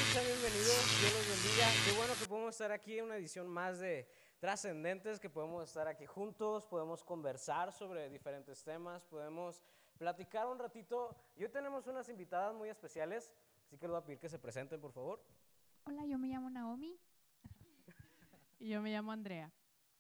Sean bienvenidos, Dios los bendiga. Qué bueno que podemos estar aquí en una edición más de Trascendentes, que podemos estar aquí juntos, podemos conversar sobre diferentes temas, podemos platicar un ratito. Y hoy tenemos unas invitadas muy especiales, así que les voy a pedir que se presenten, por favor. Hola, yo me llamo Naomi. Y yo me llamo Andrea.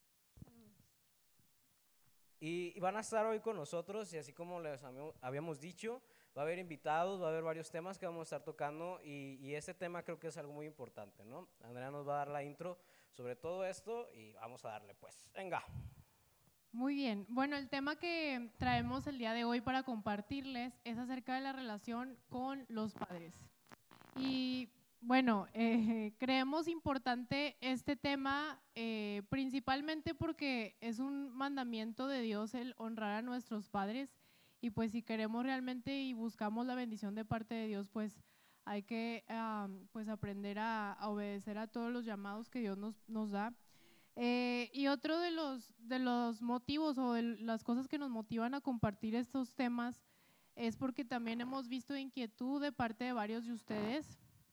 Y van a estar hoy con nosotros y así como les habíamos dicho, va a haber invitados, va a haber varios temas que vamos a estar tocando y este tema creo que es algo muy importante, ¿no? Andrea nos va a dar la intro sobre todo esto y vamos a darle pues, venga. Muy bien. Bueno, el tema que traemos el día de hoy para compartirles es acerca de la relación con los padres. Y bueno, creemos importante este tema principalmente porque es un mandamiento de Dios el honrar a nuestros padres y pues si queremos realmente y buscamos la bendición de parte de Dios, pues hay que pues aprender a obedecer a todos los llamados que Dios nos da. Y otro de los motivos o de las cosas que nos motivan a compartir estos temas es porque también hemos visto inquietud de parte de varios de ustedes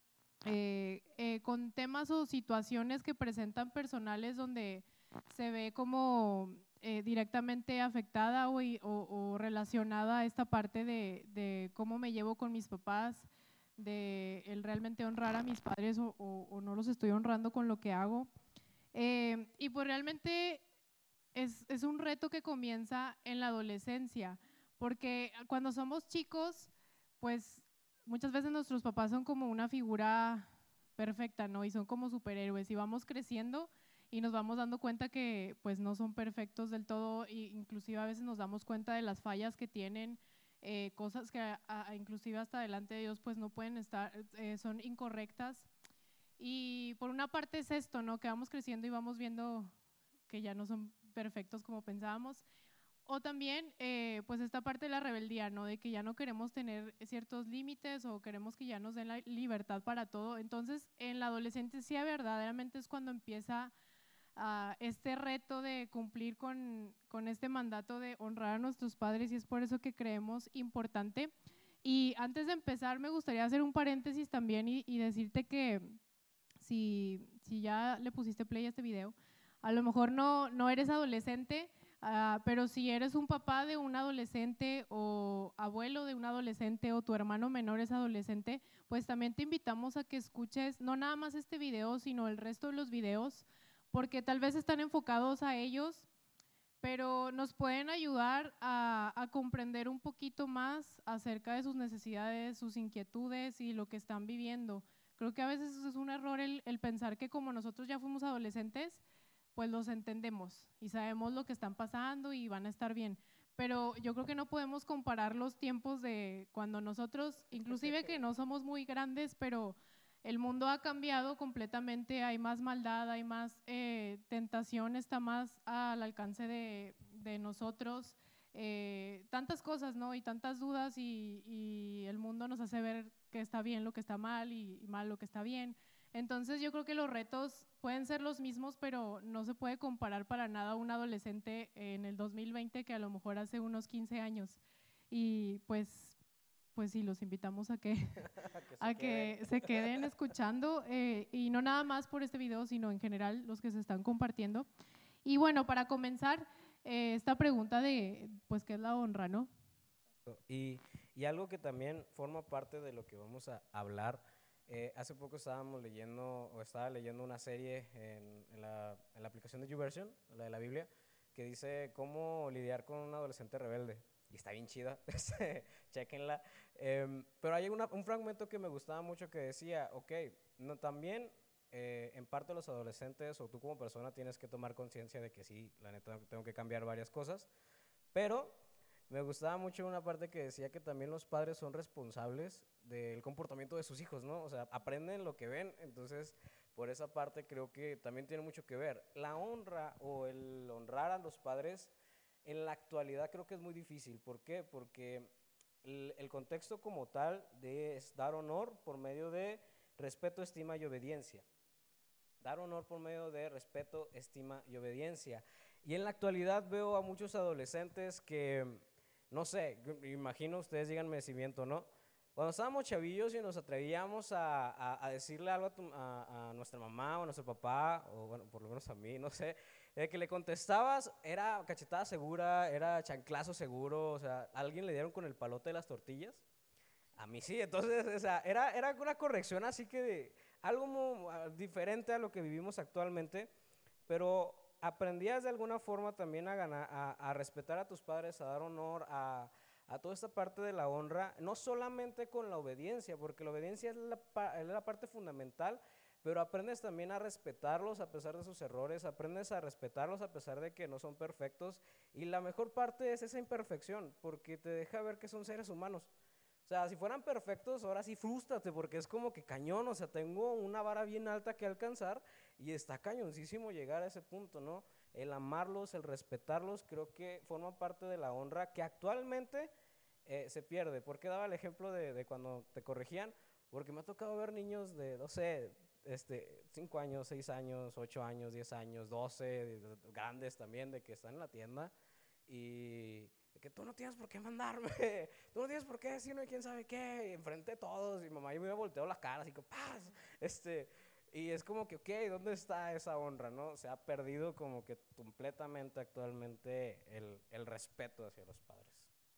con temas o situaciones que presentan personales donde se ve como directamente afectada o relacionada a esta parte de cómo me llevo con mis papás, de el realmente honrar a mis padres o no los estoy honrando con lo que hago. Y pues realmente es un reto que comienza en la adolescencia, porque cuando somos chicos, pues muchas veces nuestros papás son como una figura perfecta, ¿no? Y son como superhéroes y vamos creciendo y nos vamos dando cuenta que pues no son perfectos del todo e inclusive a veces nos damos cuenta de las fallas que tienen, cosas que inclusive hasta delante de Dios pues no pueden estar, son incorrectas. Y por una parte es esto, ¿no? Que vamos creciendo y vamos viendo que ya no son perfectos como pensábamos. O también, pues esta parte de la rebeldía, ¿no? De que ya no queremos tener ciertos límites o queremos que ya nos den la libertad para todo. Entonces, en la adolescencia verdaderamente es cuando empieza este reto de cumplir con este mandato de honrar a nuestros padres y es por eso que creemos importante. Y antes de empezar, me gustaría hacer un paréntesis también y decirte que si ya le pusiste play a este video, a lo mejor no eres adolescente, pero si eres un papá de un adolescente o abuelo de un adolescente o tu hermano menor es adolescente, pues también te invitamos a que escuches no nada más este video, sino el resto de los videos, porque tal vez están enfocados a ellos, pero nos pueden ayudar a comprender un poquito más acerca de sus necesidades, sus inquietudes y lo que están viviendo. Creo que a veces es un error el pensar que como nosotros ya fuimos adolescentes, pues los entendemos y sabemos lo que están pasando y van a estar bien. Pero yo creo que no podemos comparar los tiempos de cuando nosotros, inclusive que no somos muy grandes, pero el mundo ha cambiado completamente, hay más maldad, hay más tentación, está más al alcance de nosotros, tantas cosas, ¿no? Y tantas dudas y el mundo nos hace ver que está bien lo que está mal y mal lo que está bien. Entonces yo creo que los retos pueden ser los mismos, pero no se puede comparar para nada un adolescente en el 2020 que a lo mejor hace unos 15 años. Y pues sí, los invitamos a que, que se a quede. que se queden escuchando y no nada más por este video, sino en general los que se están compartiendo. Y bueno, para comenzar, esta pregunta de, pues, ¿qué es la honra, no? Y, y algo que también forma parte de lo que vamos a hablar, hace poco estábamos leyendo, o estaba leyendo una serie en la aplicación de YouVersion, la de la Biblia, que dice cómo lidiar con un adolescente rebelde. Y está bien chida, chequenla. Pero hay un fragmento que me gustaba mucho que decía, ok, no, también en parte los adolescentes o tú como persona tienes que tomar conciencia de que sí, la neta tengo que cambiar varias cosas, pero me gustaba mucho una parte que decía que también los padres son responsables del comportamiento de sus hijos, ¿no? O sea, aprenden lo que ven, entonces por esa parte creo que también tiene mucho que ver. La honra o el honrar a los padres en la actualidad creo que es muy difícil. ¿Por qué? Porque el contexto como tal de es dar honor por medio de respeto, estima y obediencia. Dar honor por medio de respeto, estima y obediencia. Y en la actualidad veo a muchos adolescentes que, no sé, imagino ustedes díganme si miento o no, cuando estábamos chavillos y nos atrevíamos a decirle algo a nuestra mamá o a nuestro papá, o bueno, por lo menos a mí, no sé, que le contestabas, era cachetada segura, era chanclazo seguro, o sea, ¿a alguien le dieron con el palote de las tortillas? A mí sí, entonces, o sea, era una corrección así que algo diferente a lo que vivimos actualmente, pero aprendías de alguna forma también a respetar a tus padres, a dar honor, a toda esta parte de la honra, no solamente con la obediencia, porque la obediencia es la parte fundamental, pero aprendes también a respetarlos a pesar de sus errores, aprendes a respetarlos a pesar de que no son perfectos, y la mejor parte es esa imperfección, porque te deja ver que son seres humanos. O sea, si fueran perfectos, ahora sí frústrate, porque es como que cañón, o sea, tengo una vara bien alta que alcanzar y está cañoncísimo llegar a ese punto, ¿no? El amarlos, el respetarlos, creo que forma parte de la honra que actualmente se pierde. ¿Por qué daba el ejemplo de cuando te corregían? Porque me ha tocado ver niños de, no sé, 5 años, 6 años, 8 años, 10 años, 12, grandes también, de que están en la tienda y que tú no tienes por qué mandarme, tú no tienes por qué decirme quién sabe qué, enfrente de todos, y mamá, yo me volteo la cara, así que paz, y es como que, ok, ¿dónde está esa honra, no? Se ha perdido como que completamente actualmente el respeto hacia los padres.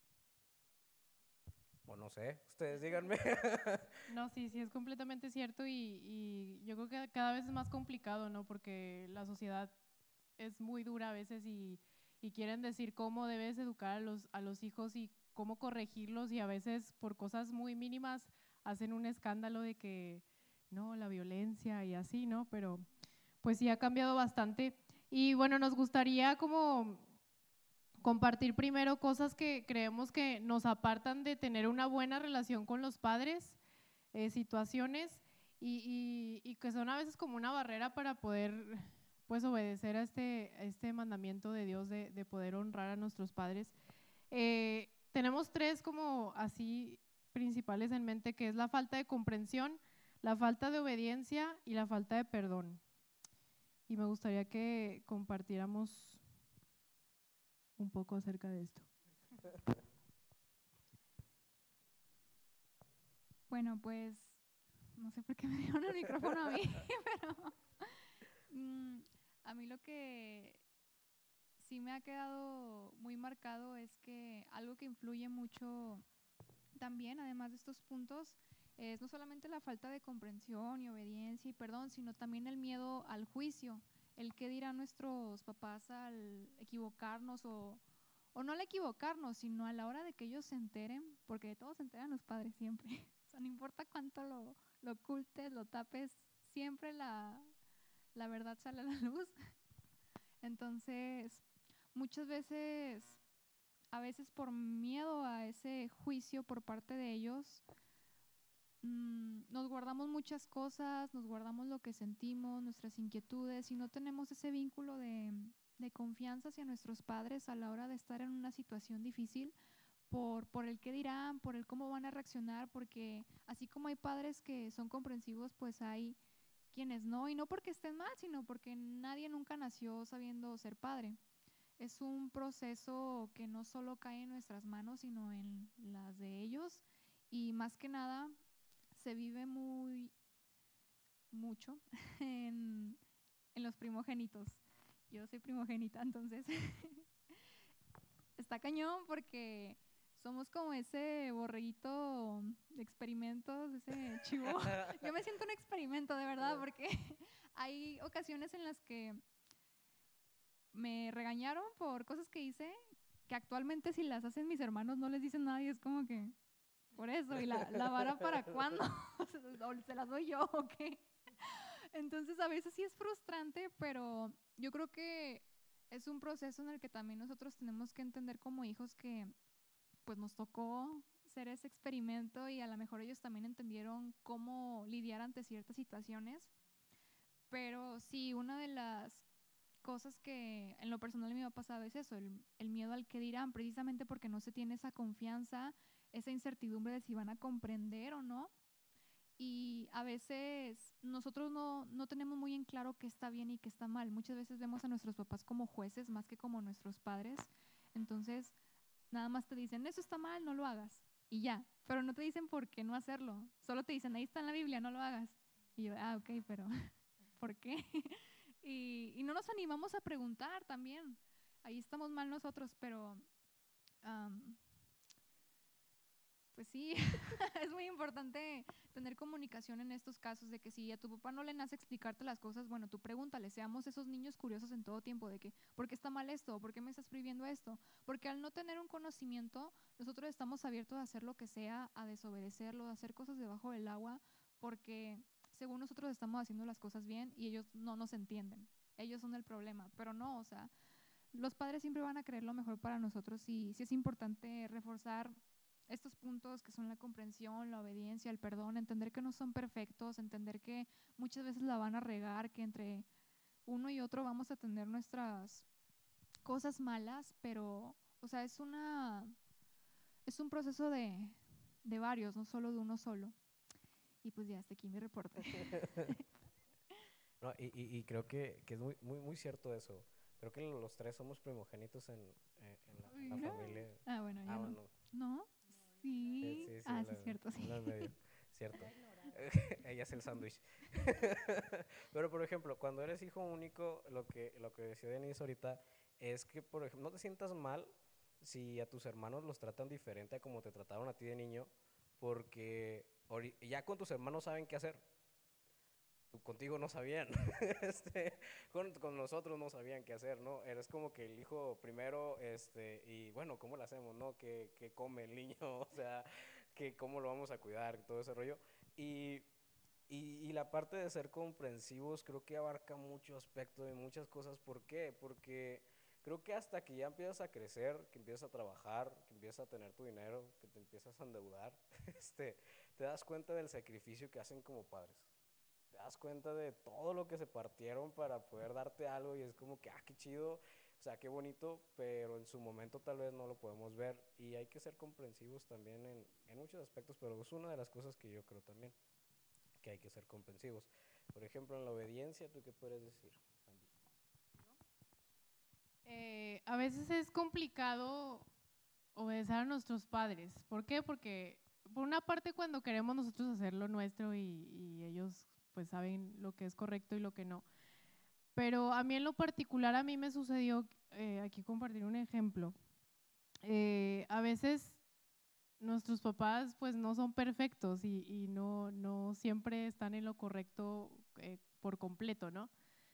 O no sé, ustedes díganme. No, sí, sí, es completamente cierto y yo creo que cada vez es más complicado, ¿no? Porque la sociedad es muy dura a veces y quieren decir cómo debes educar a los hijos y cómo corregirlos y a veces por cosas muy mínimas hacen un escándalo de que, no, la violencia y así, ¿no? Pero pues sí ha cambiado bastante. Y bueno, nos gustaría como compartir primero cosas que creemos que nos apartan de tener una buena relación con los padres, situaciones y que son a veces como una barrera para poder pues obedecer a este mandamiento de Dios de poder honrar a nuestros padres. Tenemos tres como así principales en mente, que es la falta de comprensión, la falta de obediencia y la falta de perdón. Y me gustaría que compartiéramos un poco acerca de esto. Bueno, pues no sé por qué me dieron el micrófono a mí, pero a mí lo que sí me ha quedado muy marcado es que algo que influye mucho también, además de estos puntos, es no solamente la falta de comprensión y obediencia y perdón, sino también el miedo al juicio, el qué dirán nuestros papás al equivocarnos o no al equivocarnos, sino a la hora de que ellos se enteren, porque de todos se enteran los padres siempre. O sea, no importa cuánto lo ocultes, lo tapes, siempre la verdad sale a la luz. Entonces, muchas veces, a veces por miedo a ese juicio por parte de ellos, nos guardamos muchas cosas, nos guardamos lo que sentimos, nuestras inquietudes y no tenemos ese vínculo de confianza hacia nuestros padres a la hora de estar en una situación difícil por el qué dirán, por el cómo van a reaccionar, porque así como hay padres que son comprensivos, pues hay quienes no, y no porque estén mal, sino porque nadie nunca nació sabiendo ser padre. Es un proceso que no solo cae en nuestras manos, sino en las de ellos, y más que nada se vive mucho en los primogénitos. Yo soy primogénita, entonces está cañón porque somos como ese borreguito de experimentos, ese chivo. Yo me siento un experimento, de verdad, porque hay ocasiones en las que me regañaron por cosas que hice, que actualmente si las hacen mis hermanos no les dicen nada y es como que, por eso, y la vara para cuándo, o se las doy yo o qué. Entonces a veces sí es frustrante, pero yo creo que es un proceso en el que también nosotros tenemos que entender como hijos que pues nos tocó ser ese experimento y a lo mejor ellos también entendieron cómo lidiar ante ciertas situaciones. Pero sí, una de las cosas que en lo personal me ha pasado es eso, el miedo al que dirán, precisamente porque no se tiene esa confianza, esa incertidumbre de si van a comprender o no. Y a veces nosotros no tenemos muy en claro qué está bien y qué está mal. Muchas veces vemos a nuestros papás como jueces más que como nuestros padres. Entonces, nada más te dicen, eso está mal, no lo hagas. y ya. Pero no te dicen por qué no hacerlo. Solo te dicen, ahí está en la Biblia, no lo hagas. Y yo, ok, pero ¿por qué? Y no nos animamos a preguntar también. Ahí estamos mal nosotros, pero pues sí, es muy importante tener comunicación en estos casos de que si a tu papá no le nace explicarte las cosas, bueno, tú pregúntale, seamos esos niños curiosos en todo tiempo de que, ¿por qué está mal esto? ¿Por qué me estás prohibiendo esto? Porque al no tener un conocimiento, nosotros estamos abiertos a hacer lo que sea, a desobedecerlo, a hacer cosas debajo del agua, porque según nosotros estamos haciendo las cosas bien y ellos no nos entienden. Ellos son el problema, pero no, o sea, los padres siempre van a querer lo mejor para nosotros y sí es importante reforzar estos puntos que son la comprensión, la obediencia, el perdón, entender que no son perfectos, entender que muchas veces la van a regar, que entre uno y otro vamos a tener nuestras cosas malas, pero, o sea, es un proceso de varios, no solo de uno solo. Y pues ya, hasta aquí mi reporte. No, y creo que es muy, muy, muy cierto eso. Creo que los tres somos primogénitos en la familia. Ah, bueno, ya no. Bueno. ¿No? Sí. Sí, Ah, la- sí, cierto, sí. la en medio, cierto. Ella es el sándwich. Pero, por ejemplo, cuando eres hijo único, lo que decía Denise ahorita es que, por ejemplo, no te sientas mal si a tus hermanos los tratan diferente a como te trataron a ti de niño, porque ya con tus hermanos saben qué hacer. Contigo no sabían, con nosotros no sabían qué hacer, ¿no? Eres como que el hijo primero, y bueno, ¿cómo lo hacemos, no? ¿Qué come el niño? O sea, ¿cómo lo vamos a cuidar? Todo ese rollo. Y, y la parte de ser comprensivos creo que abarca mucho aspecto de muchas cosas. ¿Por qué? Porque creo que hasta que ya empiezas a crecer, que empiezas a trabajar, que empiezas a tener tu dinero, que te empiezas a endeudar, te das cuenta del sacrificio que hacen como padres. Te das cuenta de todo lo que se partieron para poder darte algo y es como que, qué chido, o sea, qué bonito, pero en su momento tal vez no lo podemos ver y hay que ser comprensivos también en muchos aspectos, pero es una de las cosas que yo creo también, que hay que ser comprensivos. Por ejemplo, en la obediencia, ¿tú qué puedes decir, Andy? A veces es complicado obedecer a nuestros padres. ¿Por qué? Porque por una parte cuando queremos nosotros hacer lo nuestro y ellos pues saben lo que es correcto y lo que no. Pero a mí en lo particular, a mí me sucedió, aquí compartir un ejemplo. A veces nuestros papás pues no son perfectos y no siempre están en lo correcto por completo, ¿no?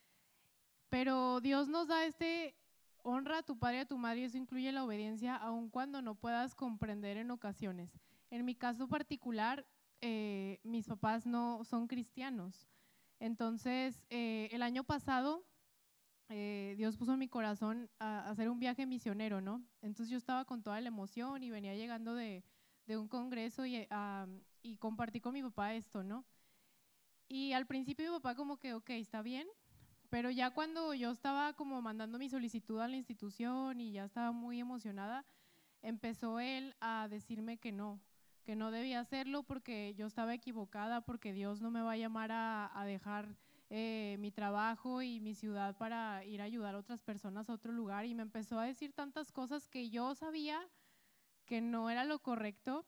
Pero Dios nos da honra a tu padre y a tu madre y eso incluye la obediencia aun cuando no puedas comprender en ocasiones. En mi caso particular, mis papás no son cristianos. Entonces, el año pasado, Dios puso en mi corazón a hacer un viaje misionero, ¿no? Entonces yo estaba con toda la emoción y venía llegando de un congreso y compartí con mi papá esto, ¿no? Y al principio mi papá como que, ok, está bien, pero ya cuando yo estaba como mandando mi solicitud a la institución y ya estaba muy emocionada, empezó él a decirme que no debía hacerlo porque yo estaba equivocada, porque Dios no me va a llamar a dejar mi trabajo y mi ciudad para ir a ayudar a otras personas a otro lugar. Y me empezó a decir tantas cosas que yo sabía que no era lo correcto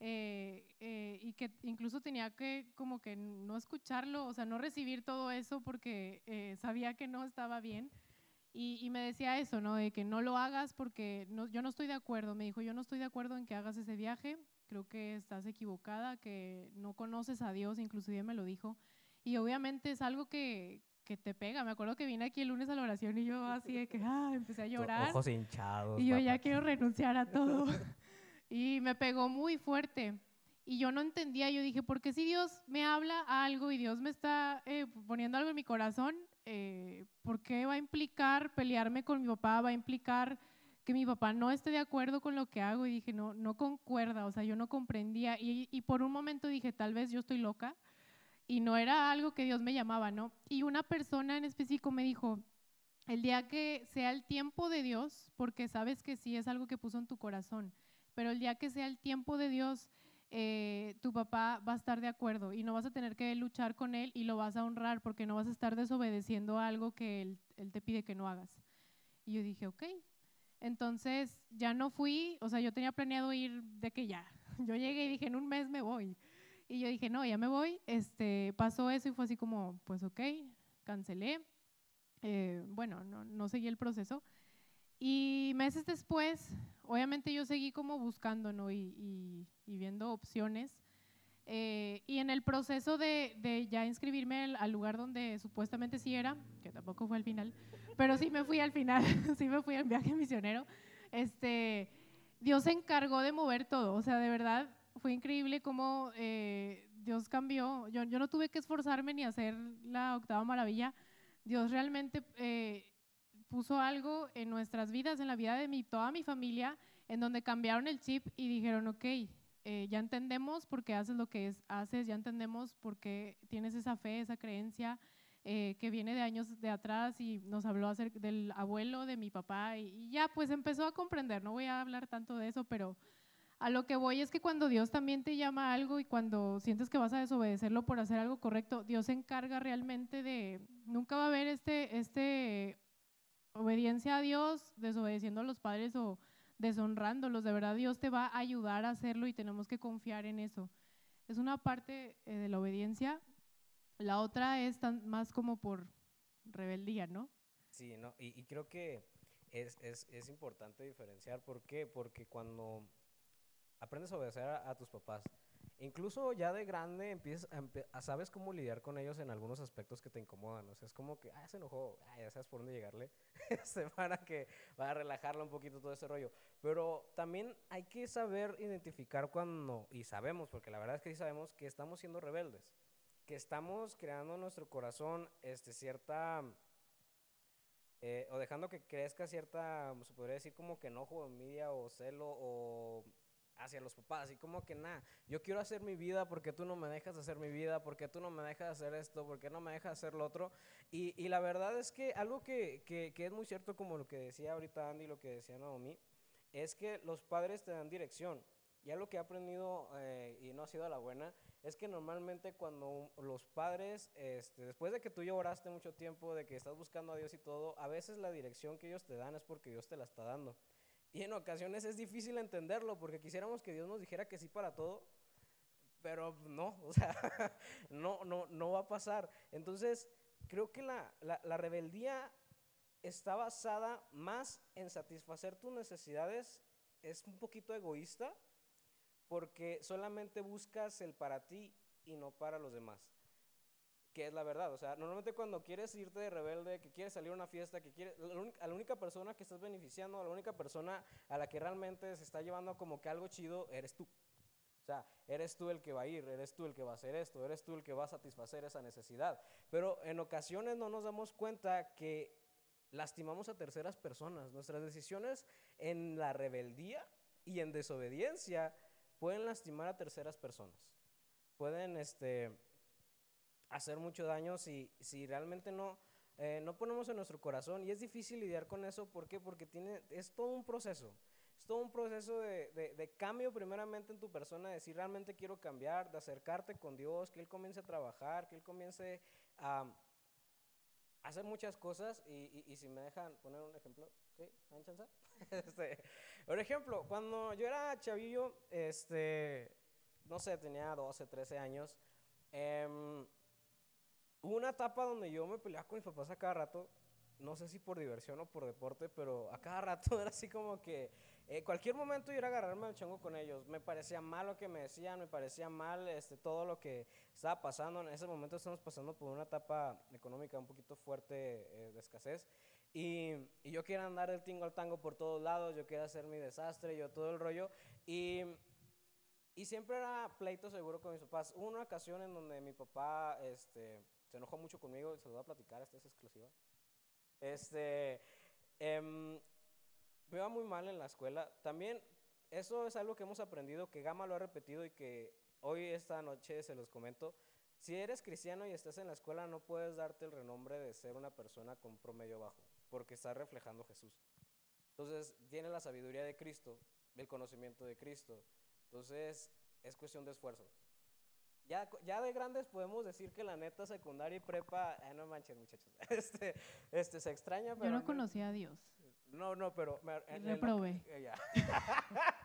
y que incluso tenía que como que no escucharlo, o sea, no recibir todo eso porque sabía que no estaba bien. Y me decía eso, ¿no? De que no lo hagas porque yo no estoy de acuerdo. Me dijo, yo no estoy de acuerdo en que hagas ese viaje. Creo que estás equivocada, que no conoces a Dios, inclusive me lo dijo. Y obviamente es algo que te pega. Me acuerdo que vine aquí el lunes a la oración y yo así de que empecé a llorar. Ojos hinchados. Y yo ya quiero renunciar a todo. Y me pegó muy fuerte. Y yo no entendía, yo dije, ¿por qué si Dios me habla algo y Dios me está poniendo algo en mi corazón? ¿Por qué va a implicar pelearme con mi papá? ¿Va a implicar que mi papá no esté de acuerdo con lo que hago? Y dije, no concuerda, o sea, yo no comprendía. Y por un momento dije, tal vez yo estoy loca y no era algo que Dios me llamaba, ¿no? Y una persona en específico me dijo, el día que sea el tiempo de Dios, porque sabes que sí es algo que puso en tu corazón, pero el día que sea el tiempo de Dios, tu papá va a estar de acuerdo y no vas a tener que luchar con él y lo vas a honrar porque no vas a estar desobedeciendo algo que él te pide que no hagas. Y yo dije, ok. Entonces ya no fui, o sea, yo tenía planeado ir de que ya Yo llegué y dije, en un mes me voy. Y yo dije, no, ya me voy. Pasó eso y fue así como, pues ok, cancelé. Bueno, no seguí el proceso. Y meses después, obviamente yo seguí como buscando, ¿no? Y viendo opciones. Y en el proceso de ya inscribirme al lugar donde supuestamente sí era, que tampoco fue al final, pero sí me fui al final, sí me fui al viaje misionero, Dios se encargó de mover todo, o sea, de verdad fue increíble cómo Dios cambió. Yo no tuve que esforzarme ni hacer la octava maravilla. Dios realmente puso algo en nuestras vidas, en la vida de toda mi familia, en donde cambiaron el chip y dijeron, ok, ya entendemos por qué haces lo que haces, ya entendemos por qué tienes esa fe, esa creencia que viene de años de atrás, y nos habló acerca del abuelo de mi papá y ya pues empezó a comprender. No voy a hablar tanto de eso, pero a lo que voy es que cuando Dios también te llama a algo y cuando sientes que vas a desobedecerlo por hacer algo correcto, Dios se encarga realmente nunca va a haber obediencia a Dios desobedeciendo a los padres o deshonrándolos. De verdad Dios te va a ayudar a hacerlo y tenemos que confiar en eso. Es una parte de la obediencia. La otra es más como por rebeldía, ¿no? Sí, no, y creo que es importante diferenciar. ¿Por qué? Porque cuando aprendes a obedecer a tus papás, incluso ya de grande empiezas sabes cómo lidiar con ellos en algunos aspectos que te incomodan. O sea, es como que, se enojó, ya sabes por dónde llegarle, para relajarle un poquito todo ese rollo. Pero también hay que saber identificar cuando, y sabemos, porque la verdad es que sí sabemos, que estamos siendo rebeldes, que estamos creando en nuestro corazón cierta, o dejando que crezca cierta, se podría decir como que enojo, envidia o celo o hacia los papás, así como que nada, yo quiero hacer mi vida porque tú no me dejas hacer mi vida, porque tú no me dejas hacer esto, porque no me dejas hacer lo otro. Y la verdad es que algo que es muy cierto, como lo que decía ahorita Andy, lo que decía Naomi, es que los padres te dan dirección. Y algo que he aprendido, y no ha sido a la buena, es que normalmente cuando los padres, después de que tú ya oraste mucho tiempo, de que estás buscando a Dios y todo, a veces la dirección que ellos te dan es porque Dios te la está dando. Y en ocasiones es difícil entenderlo, porque quisiéramos que Dios nos dijera que sí para todo, pero no, o sea, no va a pasar. Entonces, creo que la rebeldía está basada más en satisfacer tus necesidades, es un poquito egoísta, porque solamente buscas el para ti y no para los demás, que es la verdad. O sea, normalmente cuando quieres irte de rebelde, que quieres salir a una fiesta, que quieres, a la única persona que estás beneficiando, a la única persona a la que realmente se está llevando como que algo chido, eres tú. O sea, eres tú el que va a ir, eres tú el que va a hacer esto, eres tú el que va a satisfacer esa necesidad. Pero en ocasiones no nos damos cuenta que lastimamos a terceras personas. Nuestras decisiones en la rebeldía y en desobediencia pueden lastimar a terceras personas. Pueden hacer mucho daño si realmente no ponemos en nuestro corazón. Y es difícil lidiar con eso. ¿Por qué? Porque es todo un proceso. Es todo un proceso de cambio primeramente en tu persona, de si realmente quiero cambiar, de acercarte con Dios, que Él comience a trabajar, que Él comience a hacer muchas cosas. Y si me dejan poner un ejemplo, ¿sí? ¿Me dan chance? Por ejemplo, cuando yo era chavillo, no sé, tenía 12, 13 años, hubo una etapa donde yo me peleaba con mis papás a cada rato. No sé si por diversión o por deporte, pero a cada rato era así como que cualquier momento ir a agarrarme al chongo con ellos. Me parecía mal lo que me decían, me parecía mal todo lo que estaba pasando. En ese momento estamos pasando por una etapa económica un poquito fuerte, de escasez. Y yo quería andar del tingo al tango por todos lados, yo quería hacer mi desastre, yo todo el rollo. Y siempre era pleito seguro con mis papás. Hubo una ocasión en donde mi papá se enojó mucho conmigo, se lo voy a platicar, esta es exclusiva. Me iba muy mal en la escuela. También eso es algo que hemos aprendido, que Gama lo ha repetido y que hoy esta noche se los comento. Si eres cristiano y estás en la escuela, no puedes darte el renombre de ser una persona con promedio bajo, porque estás reflejando a Jesús. Entonces, tiene la sabiduría de Cristo, el conocimiento de Cristo. Entonces, es cuestión de esfuerzo. Ya de grandes podemos decir que la neta secundaria y prepa, no manches muchachos, se extraña, pero yo no conocía a Dios. No, pero reprobé.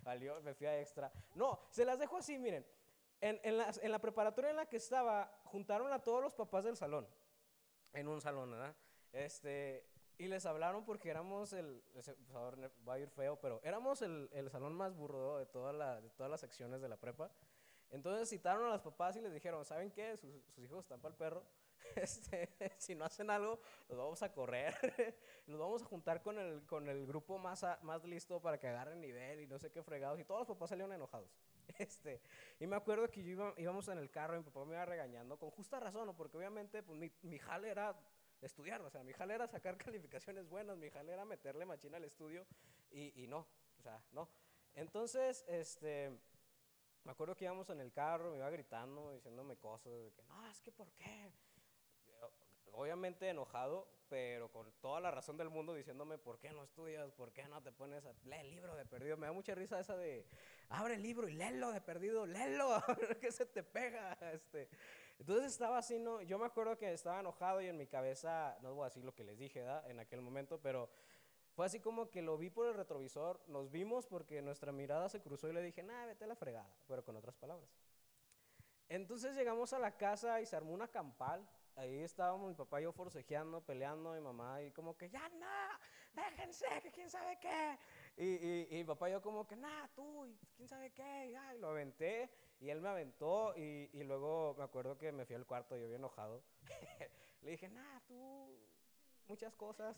Valió, me fui a extra. No, se las dejo así, miren. En la preparatoria en la que estaba, juntaron a todos los papás del salón, en un salón, ¿verdad? Y les hablaron porque éramos va a ir feo, pero éramos el salón más burro de todas las secciones de la prepa. Entonces citaron a los papás y les dijeron, ¿saben qué? Sus hijos están para el perro. Si no hacen algo, los vamos a correr. Los vamos a juntar con el grupo más listo para que agarren nivel y no sé qué fregados. Y todos los papás salieron enojados. Y me acuerdo que íbamos en el carro y mi papá me iba regañando con justa razón, ¿no? Porque obviamente pues, mi jale era estudiar, o sea, mi jale era sacar calificaciones buenas, mi jale era meterle machina al estudio y no, o sea, no. Entonces, me acuerdo que íbamos en el carro, me iba gritando, diciéndome cosas de que, no, es que ¿por qué? Obviamente enojado, pero con toda la razón del mundo diciéndome, ¿por qué no estudias? ¿Por qué no te pones a leer el libro de perdido? Me da mucha risa esa de, abre el libro y léelo de perdido, léelo, a ver qué se te pega. Entonces estaba así, ¿no? Yo me acuerdo que estaba enojado y en mi cabeza, no voy a decir lo que les dije, ¿verdad? En aquel momento, pero fue así como que lo vi por el retrovisor, nos vimos porque nuestra mirada se cruzó y le dije, nah, vete a la fregada, pero con otras palabras. Entonces llegamos a la casa y se armó una campal. Ahí estábamos mi papá y yo forcejeando, peleando, mi mamá y como que ya no, déjense, que quién sabe qué. Y mi papá y yo como que nah, tú, y quién sabe qué. Y lo aventé y él me aventó y luego me acuerdo que me fui al cuarto yo bien enojado. Le dije, nah, tú, muchas cosas.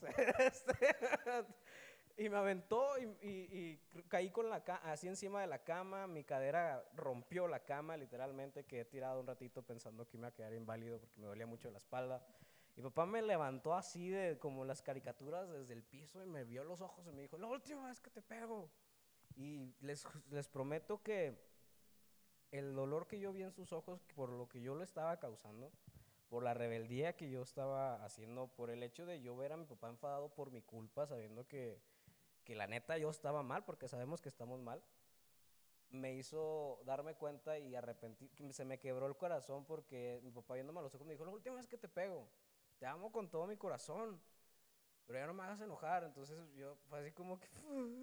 Y me aventó y caí así encima de la cama, mi cadera rompió la cama literalmente, quedé tirado un ratito pensando que me iba a quedar inválido porque me dolía mucho la espalda. Y papá me levantó así de como las caricaturas desde el piso y me vio los ojos y me dijo, la última vez que te pego. Y les prometo que el dolor que yo vi en sus ojos por lo que yo le estaba causando, por la rebeldía que yo estaba haciendo, por el hecho de yo ver a mi papá enfadado por mi culpa, sabiendo que la neta yo estaba mal, porque sabemos que estamos mal, me hizo darme cuenta y arrepentir, que se me quebró el corazón porque mi papá viéndome a los ojos me dijo, la última vez que te pego, te amo con todo mi corazón, pero ya no me hagas enojar. Entonces yo fue así como que,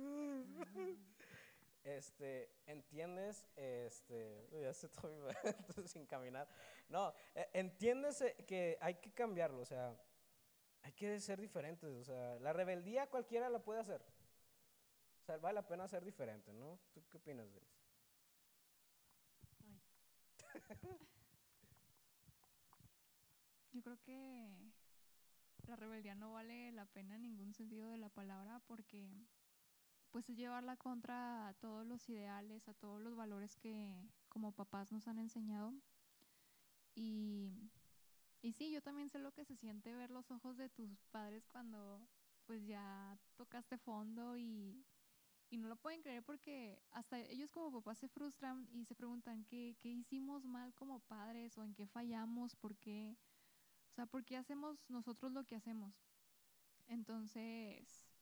¿entiendes? Ya estoy sin caminar. No, entiendes que hay que cambiarlo, o sea, hay que ser diferentes, o sea, la rebeldía cualquiera la puede hacer. O sea, vale la pena ser diferente, ¿no? ¿Tú qué opinas de eso? Yo creo que la rebeldía no vale la pena en ningún sentido de la palabra porque pues es llevarla contra a todos los ideales, a todos los valores que como papás nos han enseñado. Y, y sí, yo también sé lo que se siente ver los ojos de tus padres cuando pues ya tocaste fondo y no lo pueden creer porque hasta ellos como papás se frustran y se preguntan qué hicimos mal como padres o en qué fallamos, o sea, por qué hacemos nosotros lo que hacemos. Entonces,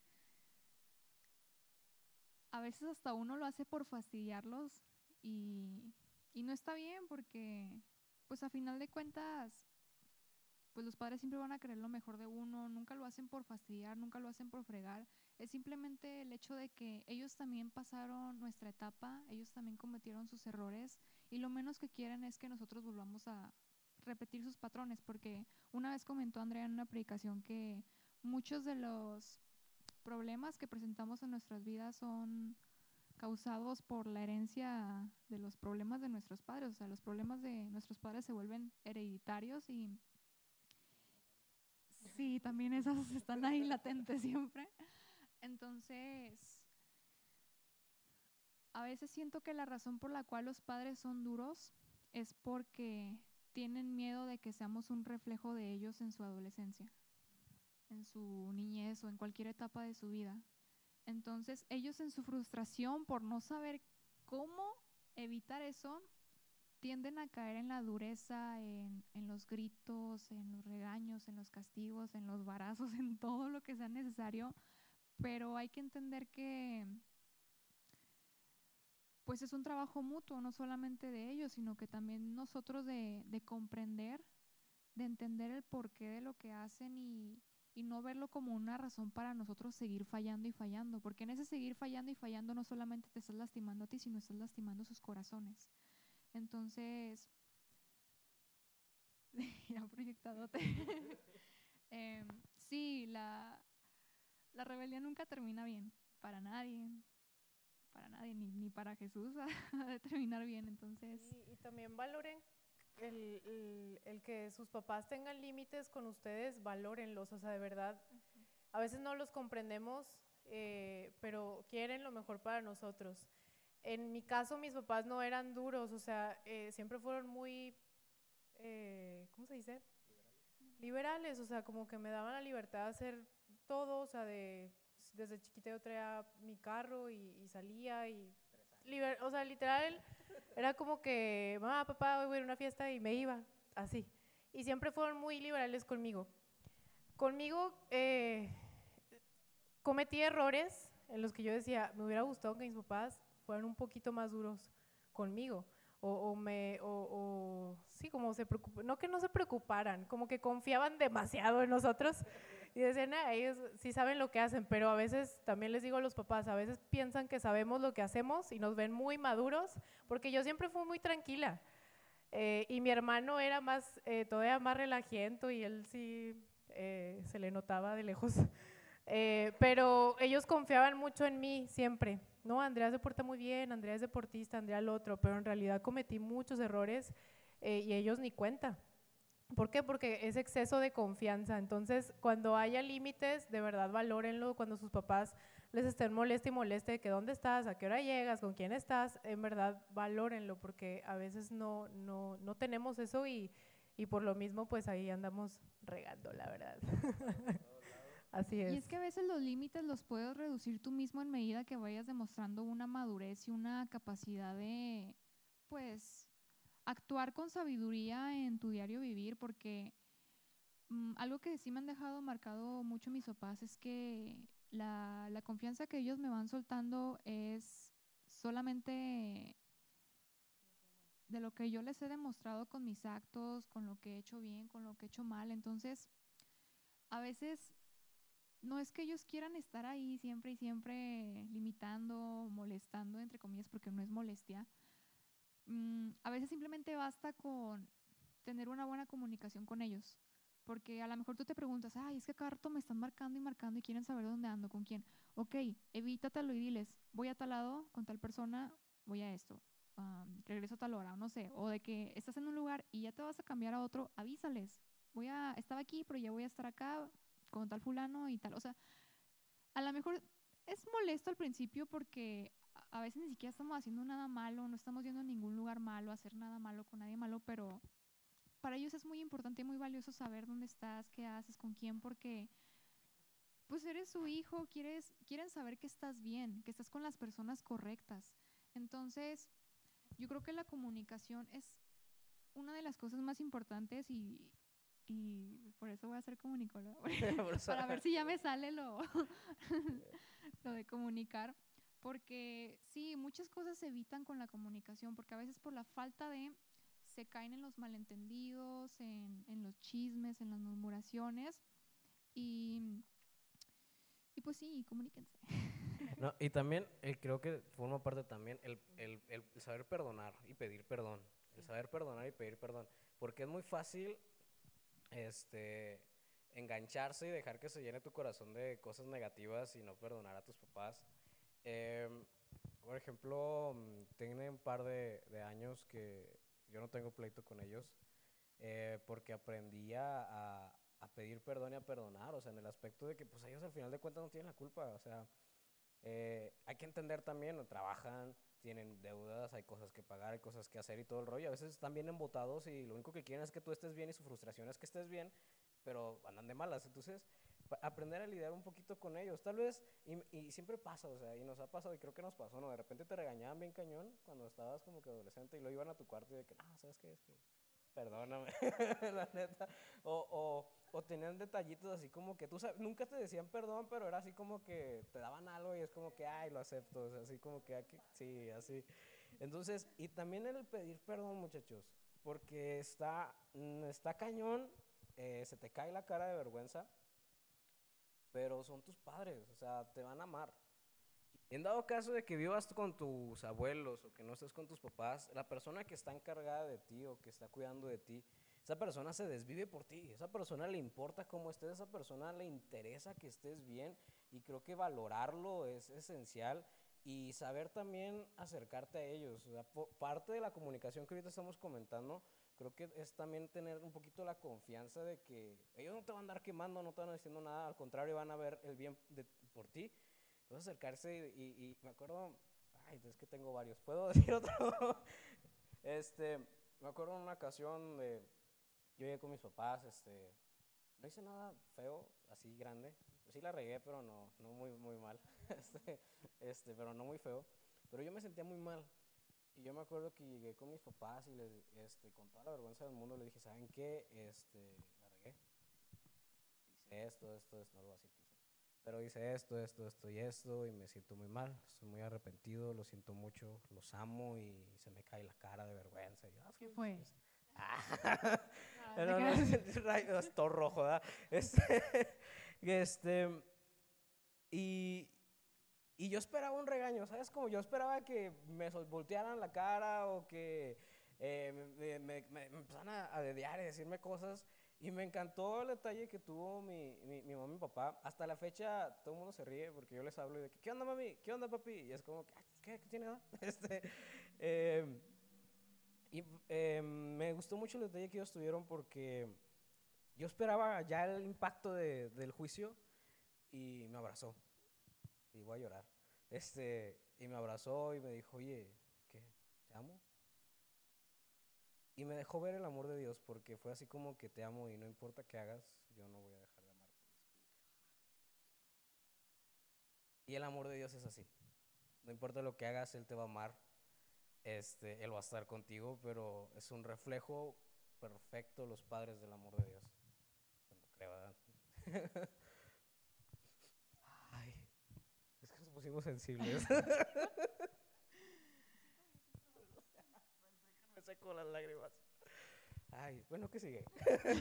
a veces hasta uno lo hace por fastidiarlos y no está bien porque, pues a final de cuentas, pues los padres siempre van a querer lo mejor de uno, nunca lo hacen por fastidiar, nunca lo hacen por fregar, es simplemente el hecho de que ellos también pasaron nuestra etapa, ellos también cometieron sus errores y lo menos que quieren es que nosotros volvamos a repetir sus patrones, porque una vez comentó Andrea en una predicación que muchos de los problemas que presentamos en nuestras vidas son causados por la herencia de los problemas de nuestros padres, o sea, los problemas de nuestros padres se vuelven hereditarios y sí, también esas están ahí latentes siempre. Entonces, a veces siento que la razón por la cual los padres son duros es porque tienen miedo de que seamos un reflejo de ellos en su adolescencia, en su niñez o en cualquier etapa de su vida. Entonces, ellos en su frustración por no saber cómo evitar eso, tienden a caer en la dureza, en los gritos, en los regaños, en los castigos, en los varazos, en todo lo que sea necesario, pero hay que entender que pues es un trabajo mutuo, no solamente de ellos, sino que también nosotros de comprender, de entender el porqué de lo que hacen y no verlo como una razón para nosotros seguir fallando y fallando, porque en ese seguir fallando y fallando no solamente te estás lastimando a ti, sino estás lastimando sus corazones. Entonces, ya proyectadote. Sí, la rebeldía nunca termina bien, para nadie, ni para Jesús ha de terminar bien, entonces... Y también valoren el que sus papás tengan límites con ustedes, valórenlos, o sea, de verdad, a veces no los comprendemos, pero quieren lo mejor para nosotros. En mi caso, mis papás no eran duros, o sea, siempre fueron muy, ¿cómo se dice? Liberales, o sea, como que me daban la libertad de hacer todo, o sea, desde chiquita yo traía mi carro y salía y, o sea, literal, era como que, mamá, papá, hoy voy a ir a una fiesta y me iba, así. Y siempre fueron muy liberales conmigo. Conmigo cometí errores en los que yo decía, me hubiera gustado que mis papás fueran un poquito más duros conmigo. Sí, como no que no se preocuparan, como que confiaban demasiado en nosotros y decían, ellos sí saben lo que hacen, pero a veces también les digo a los papás, a veces piensan que sabemos lo que hacemos y nos ven muy maduros, porque yo siempre fui muy tranquila y mi hermano era más, todavía más relajiento y él sí se le notaba de lejos. Pero ellos confiaban mucho en mí siempre. No, Andrea se porta muy bien, Andrea es deportista, Andrea el otro, pero en realidad cometí muchos errores y ellos ni cuenta. ¿Por qué? Porque es exceso de confianza. Entonces, cuando haya límites, de verdad valórenlo. Cuando sus papás les estén moleste y moleste de que dónde estás, a qué hora llegas, con quién estás, en verdad valórenlo, porque a veces no tenemos eso y por lo mismo pues ahí andamos regando, la verdad. Así es. Y es que a veces los límites los puedes reducir tú mismo en medida que vayas demostrando una madurez y una capacidad de, pues, actuar con sabiduría en tu diario vivir, porque algo que sí me han dejado marcado mucho mis papás es que la confianza que ellos me van soltando es solamente de lo que yo les he demostrado con mis actos, con lo que he hecho bien, con lo que he hecho mal. Entonces, a veces no es que ellos quieran estar ahí siempre y siempre limitando, molestando, entre comillas, porque no es molestia. A veces simplemente basta con tener una buena comunicación con ellos. Porque a lo mejor tú te preguntas, ay, es que cada rato me están marcando y marcando y quieren saber dónde ando, con quién. Ok, evítatelo y diles, voy a tal lado con tal persona, voy a esto, regreso a tal hora, o no sé. O de que estás en un lugar y ya te vas a cambiar a otro, avísales. Estaba aquí, pero ya voy a estar acá con tal fulano y tal. O sea, a lo mejor es molesto al principio porque a veces ni siquiera estamos haciendo nada malo, no estamos yendo a ningún lugar malo, a hacer nada malo con nadie malo, pero para ellos es muy importante y muy valioso saber dónde estás, qué haces, con quién, porque pues eres su hijo, quieren saber que estás bien, que estás con las personas correctas. Entonces, yo creo que la comunicación es una de las cosas más importantes y por eso voy a ser comunicóloga, para ver si ya me sale lo de comunicar, porque sí, muchas cosas se evitan con la comunicación, porque a veces por la falta de se caen en los malentendidos, en los chismes, en las murmuraciones y pues sí, comuníquense. No, y también creo que forma parte también el saber perdonar y pedir perdón. El saber perdonar y pedir perdón. Porque es muy fácil engancharse y dejar que se llene tu corazón de cosas negativas y no perdonar a tus papás. Por ejemplo, tiene un par de años que yo no tengo pleito con ellos porque aprendí a pedir perdón y a perdonar, o sea, en el aspecto de que pues ellos al final de cuentas no tienen la culpa, o sea, hay que entender también, ¿no? Trabajan, tienen deudas, hay cosas que pagar, hay cosas que hacer y todo el rollo. A veces están bien embotados y lo único que quieren es que tú estés bien y su frustración es que estés bien, pero andan de malas. Entonces, aprender a lidiar un poquito con ellos, tal vez, y siempre pasa, o sea, y nos ha pasado y creo que nos pasó, ¿no? De repente te regañaban bien cañón cuando estabas como que adolescente y lo iban a tu cuarto y de que, no, ¿sabes qué? Es que, perdóname, la neta. O tenían detallitos así como que tú sabes, nunca te decían perdón, pero era así como que te daban algo y es como que, ay, lo acepto, o sea, así como que, sí, así. Entonces, y también el pedir perdón, muchachos, porque está cañón, se te cae la cara de vergüenza pero son tus padres, o sea, te van a amar. En dado caso de que vivas con tus abuelos o que no estés con tus papás, la persona que está encargada de ti o que está cuidando de ti, esa persona se desvive por ti, esa persona le importa cómo estés, esa persona le interesa que estés bien y creo que valorarlo es esencial y saber también acercarte a ellos. O sea, parte de la comunicación que ahorita estamos comentando, creo que es también tener un poquito la confianza de que ellos no te van a andar quemando, no te van a diciendo nada, al contrario, van a ver el bien por ti. Entonces acercarse y me acuerdo, ay, es que tengo varios, ¿puedo decir otro? Me acuerdo en una ocasión de, yo llegué con mis papás, no hice nada feo, así grande, sí la regué, pero no muy mal, pero no muy feo, pero yo me sentía muy mal, y yo me acuerdo que llegué con mis papás y con toda la vergüenza del mundo les dije, ¿saben qué? La regué, hice no lo voy a decir, pero hice esto y esto, y me siento muy mal, estoy muy arrepentido, lo siento mucho, los amo y se me cae la cara de vergüenza. Y yo, ¿Qué fue? No, es todo rojo, ¿verdad? Y yo esperaba un regaño, ¿sabes? Como yo esperaba que me voltearan la cara o que me empezaran a dediar y decirme cosas. Y me encantó el detalle que tuvo mi mamá y mi papá. Hasta la fecha todo el mundo se ríe porque yo les hablo y de que, ¿qué onda, mami? ¿Qué onda, papi? Y es como, ¿qué tiene? Me gustó mucho el detalle que ellos tuvieron porque yo esperaba ya el impacto del juicio y me abrazó. Y voy a llorar. Y me abrazó y me dijo, oye, ¿qué? ¿Te amo? Y me dejó ver el amor de Dios porque fue así como que te amo y no importa qué hagas, yo no voy a dejar de amarte. Y el amor de Dios es así. No importa lo que hagas, Él te va a amar. Él va a estar contigo, pero es un reflejo perfecto los padres del amor de Dios. Cuando creo, ¿verdad? Ay, es que nos pusimos sensibles. Me seco las lágrimas. Ay, bueno, ¿qué sigue?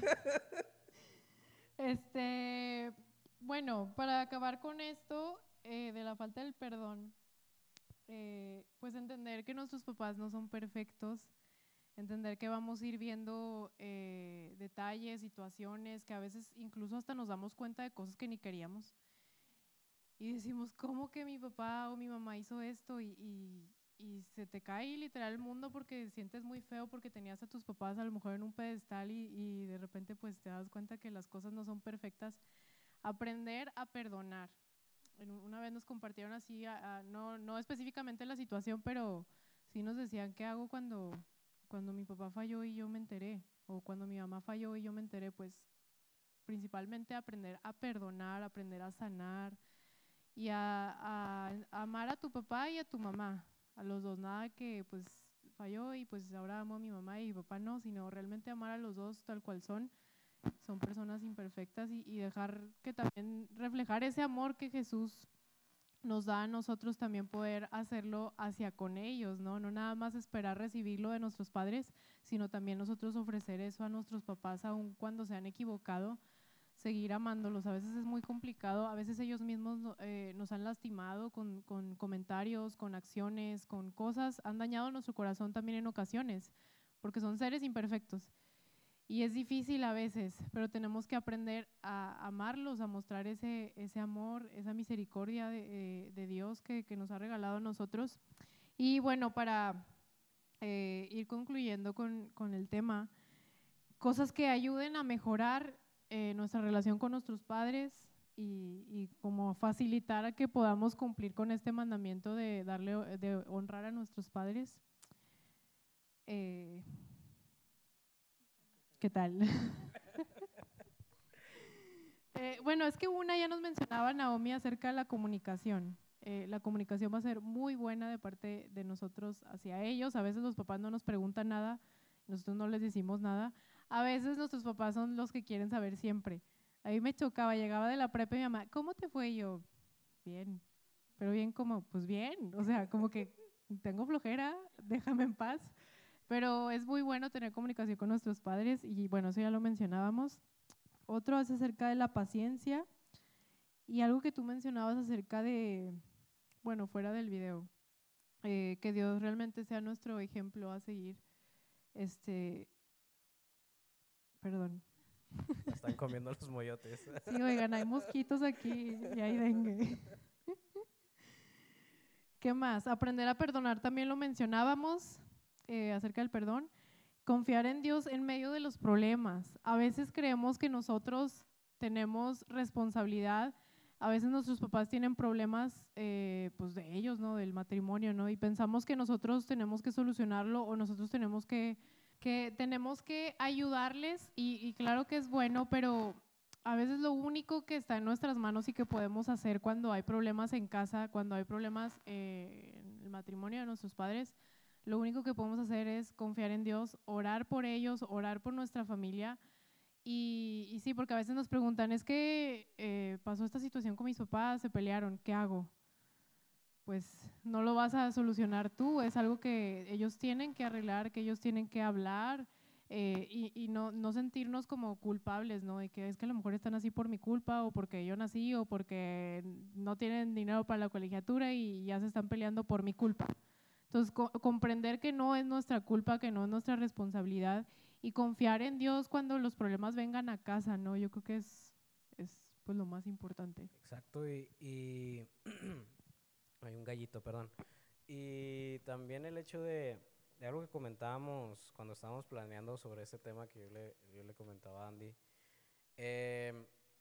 Bueno, para acabar con esto de la falta del perdón, pues entender que nuestros papás no son perfectos, entender que vamos a ir viendo detalles, situaciones, que a veces incluso hasta nos damos cuenta de cosas que ni queríamos. Y decimos, ¿cómo que mi papá o mi mamá hizo esto? Y se te cae literal el mundo porque sientes muy feo porque tenías a tus papás a lo mejor en un pedestal y de repente pues te das cuenta que las cosas no son perfectas. Aprender a perdonar. Una vez nos compartieron así, no específicamente la situación, pero sí nos decían qué hago cuando mi papá falló y yo me enteré, o cuando mi mamá falló y yo me enteré, pues principalmente aprender a perdonar, aprender a sanar y a amar a tu papá y a tu mamá, a los dos, nada que pues falló y pues ahora amo a mi mamá y mi papá no, sino realmente amar a los dos tal cual son personas imperfectas y dejar que también reflejar ese amor que Jesús nos da a nosotros, también poder hacerlo hacia con ellos, ¿no? No nada más esperar recibirlo de nuestros padres, sino también nosotros ofrecer eso a nuestros papás aun cuando se han equivocado, seguir amándolos. A veces es muy complicado, a veces ellos mismos nos han lastimado con comentarios, con acciones, con cosas, han dañado nuestro corazón también en ocasiones, porque son seres imperfectos. Y es difícil a veces, pero tenemos que aprender a amarlos, a mostrar ese amor, esa misericordia de Dios que nos ha regalado a nosotros. Y bueno, para ir concluyendo con el tema, cosas que ayuden a mejorar nuestra relación con nuestros padres y como facilitar a que podamos cumplir con este mandamiento de honrar a nuestros padres. ¿Qué tal? Bueno, es que una ya nos mencionaba Naomi acerca de la comunicación. La comunicación va a ser muy buena de parte de nosotros hacia ellos. A veces los papás no nos preguntan nada, nosotros no les decimos nada. A veces nuestros papás son los que quieren saber siempre. A mí me chocaba, llegaba de la prepa y mi mamá, ¿cómo te fue? Y yo, bien, pero bien como, pues bien, o sea, como que tengo flojera, déjame en paz. Pero es muy bueno tener comunicación con nuestros padres y bueno, eso ya lo mencionábamos. Otro es acerca de la paciencia Y algo que tú mencionabas acerca de, bueno, fuera del video, que Dios realmente sea nuestro ejemplo a seguir. Perdón. Están comiendo los moyotes. Sí, oigan, hay mosquitos aquí y hay dengue. ¿Qué más? Aprender a perdonar también lo mencionábamos, acerca del perdón. Confiar en Dios en medio de los problemas. A veces creemos que nosotros tenemos responsabilidad. A veces nuestros papás tienen problemas, pues de ellos, ¿no? Del matrimonio, ¿no? Y pensamos que nosotros tenemos que solucionarlo o nosotros tenemos que ayudarles y claro que es bueno, pero a veces lo único que está en nuestras manos y que podemos hacer cuando hay problemas en casa, cuando hay problemas en el matrimonio de nuestros padres, lo único que podemos hacer es confiar en Dios, orar por ellos, orar por nuestra familia. Y sí, porque a veces nos preguntan, es que pasó esta situación con mis papás, se pelearon, ¿qué hago? Pues no lo vas a solucionar tú, es algo que ellos tienen que arreglar, que ellos tienen que hablar, y no sentirnos como culpables, ¿no? De que es que a lo mejor están así por mi culpa o porque yo nací o porque no tienen dinero para la colegiatura y ya se están peleando por mi culpa. Entonces, comprender que no es nuestra culpa, que no es nuestra responsabilidad y confiar en Dios cuando los problemas vengan a casa, ¿no? Yo creo que es pues lo más importante. Exacto, y hay un gallito, perdón. Y también el hecho de algo que comentábamos cuando estábamos planeando sobre ese tema que yo le comentaba a Andy, eh,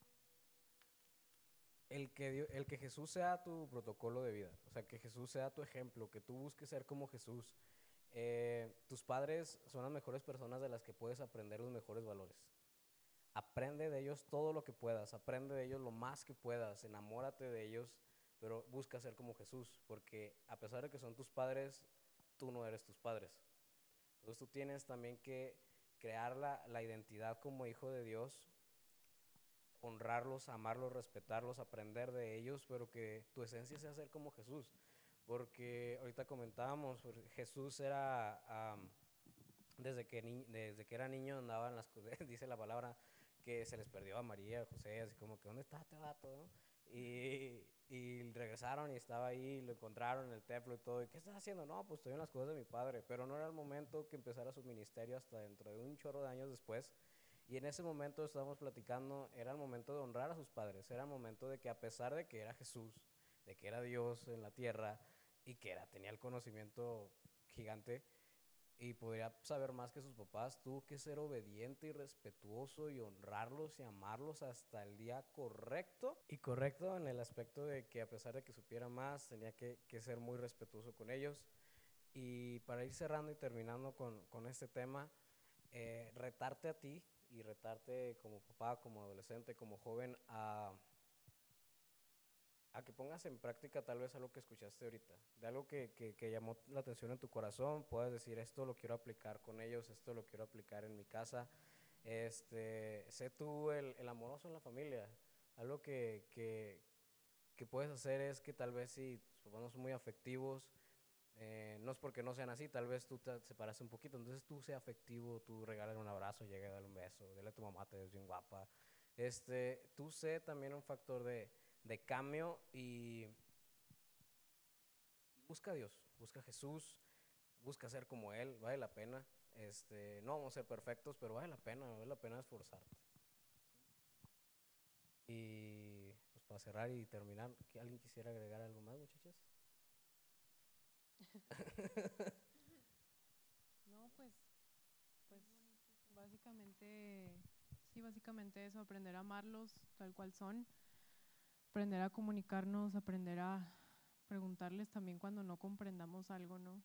el que Jesús sea tu protocolo de vida, o sea, que Jesús sea tu ejemplo, que tú busques ser como Jesús. Tus padres son las mejores personas de las que puedes aprender los mejores valores. Aprende de ellos todo lo que puedas, aprende de ellos lo más que puedas, enamórate de ellos, pero busca ser como Jesús, porque a pesar de que son tus padres, tú no eres tus padres. Entonces tú tienes también que crear la identidad como hijo de Dios, honrarlos, amarlos, respetarlos, aprender de ellos, pero que tu esencia sea ser como Jesús. Porque ahorita comentábamos, Jesús era, desde que era niño andaba en las cosas, dice la palabra, que se les perdió a María, a José, así como que, ¿dónde está este vato? ¿No? Y regresaron y estaba ahí, lo encontraron en el templo y todo. ¿Y qué estás haciendo? No, pues estoy en las cosas de mi padre. Pero no era el momento que empezara su ministerio hasta dentro de un chorro de años después. Y en ese momento estábamos platicando, era el momento de honrar a sus padres. Era el momento de que a pesar de que era Jesús, de que era Dios en la tierra y que tenía el conocimiento gigante, y podría saber más que sus papás, tuvo que ser obediente y respetuoso y honrarlos y amarlos hasta el día correcto. Y correcto en el aspecto de que a pesar de que supiera más, tenía que ser muy respetuoso con ellos. Y para ir cerrando y terminando con este tema, retarte a ti y retarte como papá, como adolescente, como joven a que pongas en práctica tal vez algo que escuchaste ahorita, de algo que llamó la atención en tu corazón, puedes decir, esto lo quiero aplicar con ellos, esto lo quiero aplicar en mi casa. Sé tú el amoroso en la familia. Algo que puedes hacer es que tal vez si tus papás no son muy afectivos, no es porque no sean así, tal vez tú te separas un poquito, entonces tú sé afectivo, tú regálale un abrazo, llega a darle un beso, dile a tu mamá, te ves bien guapa. Tú sé también un factor de cambio y busca a Dios, busca a Jesús, busca ser como Él, vale la pena. No vamos a ser perfectos, pero vale la pena esforzarte. Y pues para cerrar y terminar, ¿alguien quisiera agregar algo más, muchachos? No, pues básicamente, sí, básicamente eso, aprender a amarlos tal cual son, aprender a comunicarnos, aprender a preguntarles también cuando no comprendamos algo, ¿no?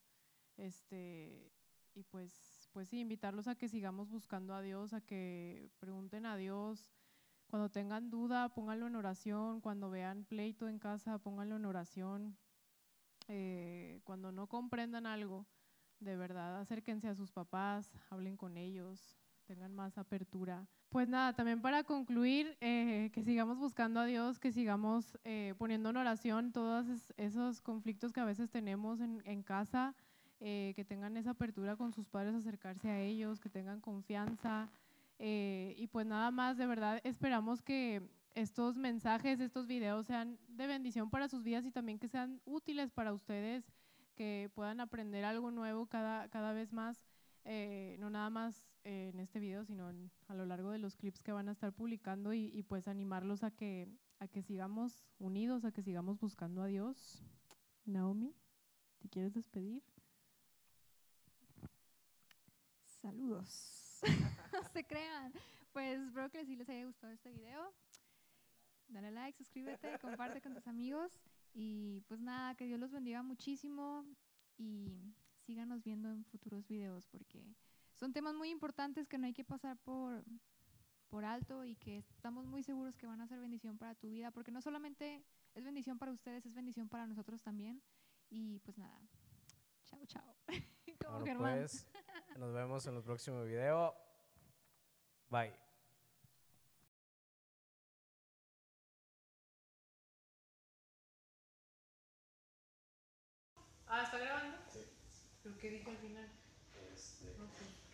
Y pues sí, invitarlos a que sigamos buscando a Dios, a que pregunten a Dios. Cuando tengan duda, pónganlo en oración. Cuando vean pleito en casa, pónganlo en oración. Cuando no comprendan algo, de verdad, acérquense a sus papás, hablen con ellos, tengan más apertura. Pues nada, también para concluir, que sigamos buscando a Dios, que sigamos poniendo en oración todos esos conflictos que a veces tenemos en casa, que tengan esa apertura con sus padres, acercarse a ellos, que tengan confianza. Y pues nada más, de verdad, esperamos que estos mensajes, estos videos sean de bendición para sus vidas y también que sean útiles para ustedes, que puedan aprender algo nuevo cada vez más, no nada más en este video, sino a lo largo de los clips que van a estar publicando y pues animarlos a que sigamos unidos, a que sigamos buscando a Dios. Naomi, ¿te quieres despedir? Saludos. No se crean. Pues espero que sí les haya gustado este video. Dale like, suscríbete, comparte con tus amigos. Y pues nada, que Dios los bendiga muchísimo y síganos viendo en futuros videos porque son temas muy importantes que no hay que pasar por alto y que estamos muy seguros que van a ser bendición para tu vida, porque no solamente es bendición para ustedes, es bendición para nosotros también. Y pues nada, chao, chao. Como Bueno, Germán. pues nos vemos en el próximo video. Bye. Ah, ¿está grabando? Sí. ¿Pero qué dije al final? Ok.